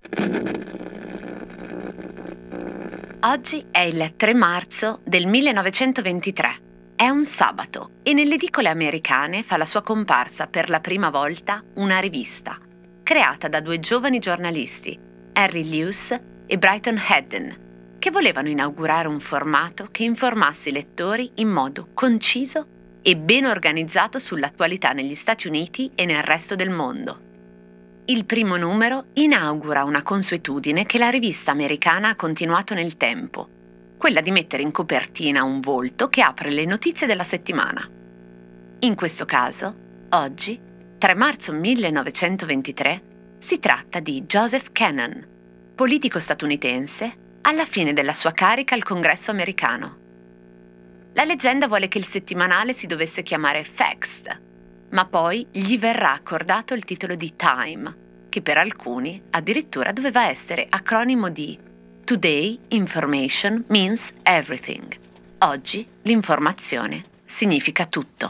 Oggi è il 3 marzo del 1923. È un sabato e nelle edicole americane fa la sua comparsa per la prima volta una rivista, creata da due giovani giornalisti, Henry Luce e Brighton Hedden, che volevano inaugurare un formato che informasse i lettori in modo conciso e ben organizzato sull'attualità negli Stati Uniti e nel resto del mondo. Il primo numero inaugura una consuetudine che la rivista americana ha continuato nel tempo, quella di mettere in copertina un volto che apre le notizie della settimana. In questo caso, oggi, 3 marzo 1923, si tratta di Joseph Cannon, politico statunitense alla fine della sua carica al Congresso americano. La leggenda vuole che il settimanale si dovesse chiamare Facts, ma poi gli verrà accordato il titolo di Time, che per alcuni addirittura doveva essere acronimo di Today Information Means Everything. Oggi l'informazione significa tutto.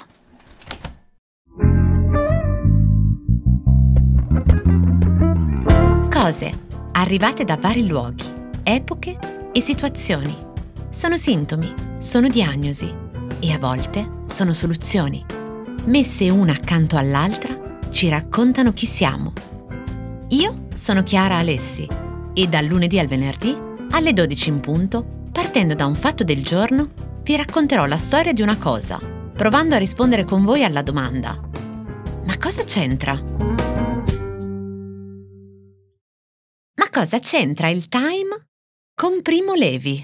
Cose arrivate da vari luoghi, epoche e situazioni. Sono sintomi, sono diagnosi e a volte sono soluzioni. Messe una accanto all'altra, ci raccontano chi siamo. Io sono Chiara Alessi e dal lunedì al venerdì, alle 12 in punto, partendo da un fatto del giorno, vi racconterò la storia di una cosa, provando a rispondere con voi alla domanda: ma cosa c'entra? Ma cosa c'entra il Time con Primo Levi?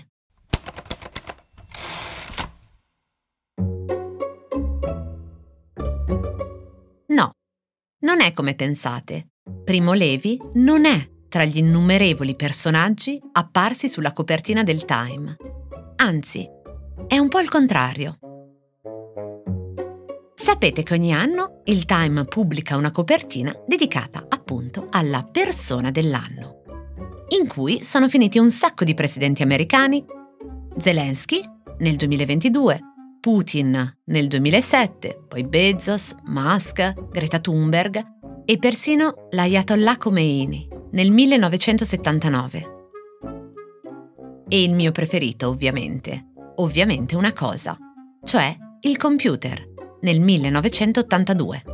No, non è come pensate. Primo Levi non è tra gli innumerevoli personaggi apparsi sulla copertina del Time. Anzi, è un po' il contrario. Sapete che ogni anno il Time pubblica una copertina dedicata appunto alla persona dell'anno, in cui sono finiti un sacco di presidenti americani: Zelensky nel 2022, Putin nel 2007, poi Bezos, Musk, Greta Thunberg e persino l'Ayatollah Khomeini nel 1979. E il mio preferito, ovviamente una cosa, cioè il computer, nel 1982.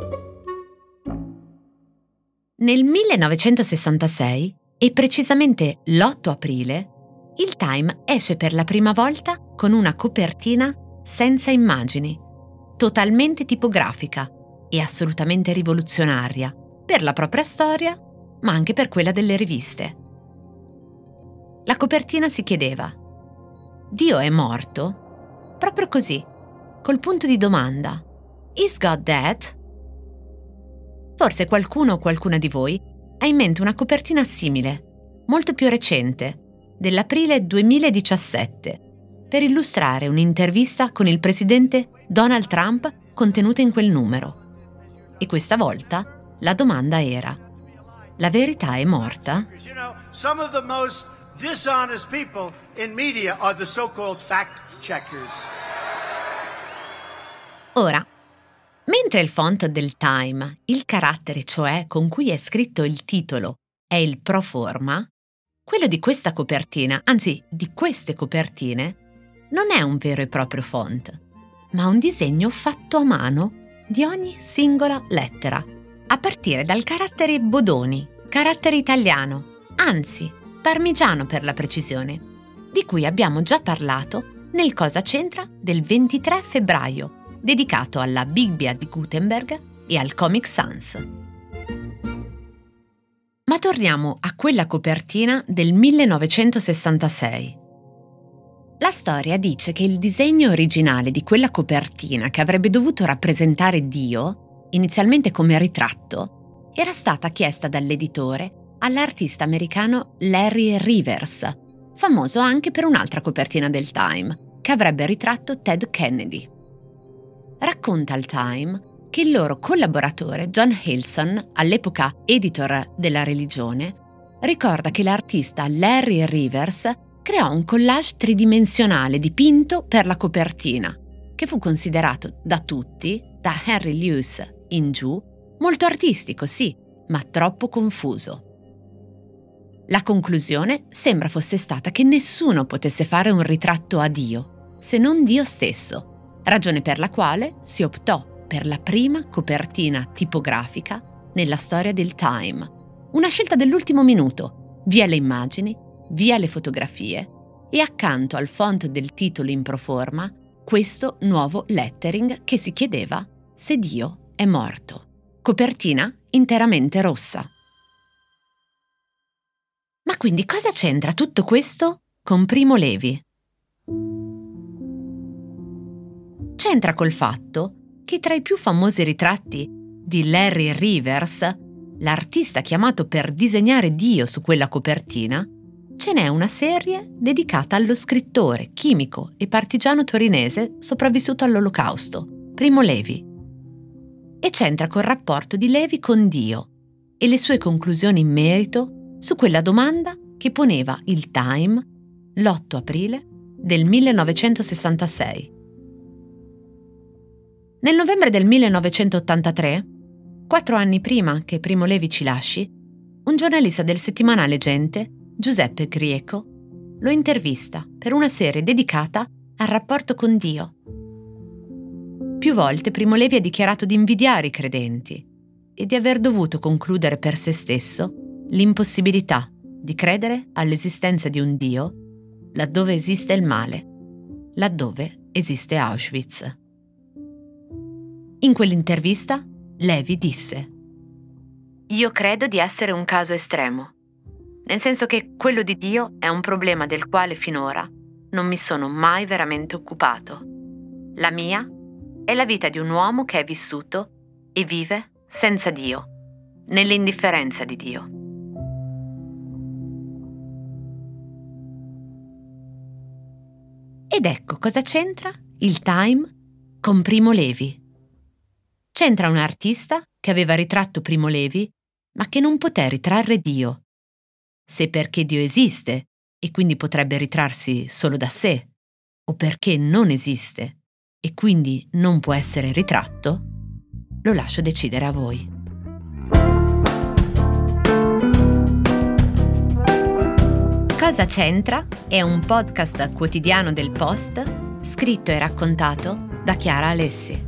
Nel 1966, e precisamente l'8 aprile, il Time esce per la prima volta con una copertina senza immagini, totalmente tipografica e assolutamente rivoluzionaria per la propria storia, ma anche per quella delle riviste. La copertina si chiedeva: Dio è morto? Proprio così, col punto di domanda: Is God dead? Forse qualcuno o qualcuna di voi ha in mente una copertina simile, molto più recente, dell'aprile 2017, per illustrare un'intervista con il presidente Donald Trump contenuta in quel numero. E questa volta la domanda era: la verità è morta? Some of the most dishonest people in media are the so-called fact checkers. Ora, mentre il font del Time, il carattere cioè con cui è scritto il titolo, è il pro forma, quello di questa copertina, anzi di queste copertine, non è un vero e proprio font, ma un disegno fatto a mano di ogni singola lettera, a partire dal carattere Bodoni, carattere italiano, anzi parmigiano per la precisione, di cui abbiamo già parlato nel Cosa c'entra del 23 febbraio, dedicato alla Bibbia di Gutenberg e al Comic Sans. Ma torniamo a quella copertina del 1966. La storia dice che il disegno originale di quella copertina, che avrebbe dovuto rappresentare Dio, inizialmente come ritratto, era stata chiesta dall'editore all'artista americano Larry Rivers, famoso anche per un'altra copertina del Time, che avrebbe ritratto Ted Kennedy. Racconta al Time che il loro collaboratore John Hilson, all'epoca editor della religione, ricorda che l'artista Larry Rivers creò un collage tridimensionale dipinto per la copertina, che fu considerato da tutti, da Henry Luce in giù, molto artistico, sì, ma troppo confuso. La conclusione sembra fosse stata che nessuno potesse fare un ritratto a Dio, se non Dio stesso, ragione per la quale si optò per la prima copertina tipografica nella storia del Time. Una scelta dell'ultimo minuto, via le immagini, via le fotografie e accanto al font del titolo in proforma questo nuovo lettering che si chiedeva se Dio è morto. Copertina interamente rossa. Ma quindi cosa c'entra tutto questo con Primo Levi? C'entra col fatto che tra i più famosi ritratti di Larry Rivers, l'artista chiamato per disegnare Dio su quella copertina, ce n'è una serie dedicata allo scrittore, chimico e partigiano torinese sopravvissuto all'Olocausto, Primo Levi. E c'entra col rapporto di Levi con Dio e le sue conclusioni in merito su quella domanda che poneva il Time l'8 aprile del 1966. Nel novembre del 1983, 4 anni prima che Primo Levi ci lasci, un giornalista del settimanale Gente, Giuseppe Grieco, lo intervista per una serie dedicata al rapporto con Dio. Più volte Primo Levi ha dichiarato di invidiare i credenti e di aver dovuto concludere per se stesso l'impossibilità di credere all'esistenza di un Dio laddove esiste il male, laddove esiste Auschwitz. In quell'intervista, Levi disse: «Io credo di essere un caso estremo, nel senso che quello di Dio è un problema del quale finora non mi sono mai veramente occupato. La mia è la vita di un uomo che è vissuto e vive senza Dio, nell'indifferenza di Dio». Ed ecco cosa c'entra il Time con Primo Levi. C'entra un artista che aveva ritratto Primo Levi, ma che non poté ritrarre Dio. Se perché Dio esiste e quindi potrebbe ritrarsi solo da sé, o perché non esiste e quindi non può essere ritratto, lo lascio decidere a voi. Cosa c'entra è un podcast quotidiano del Post, scritto e raccontato da Chiara Alessi.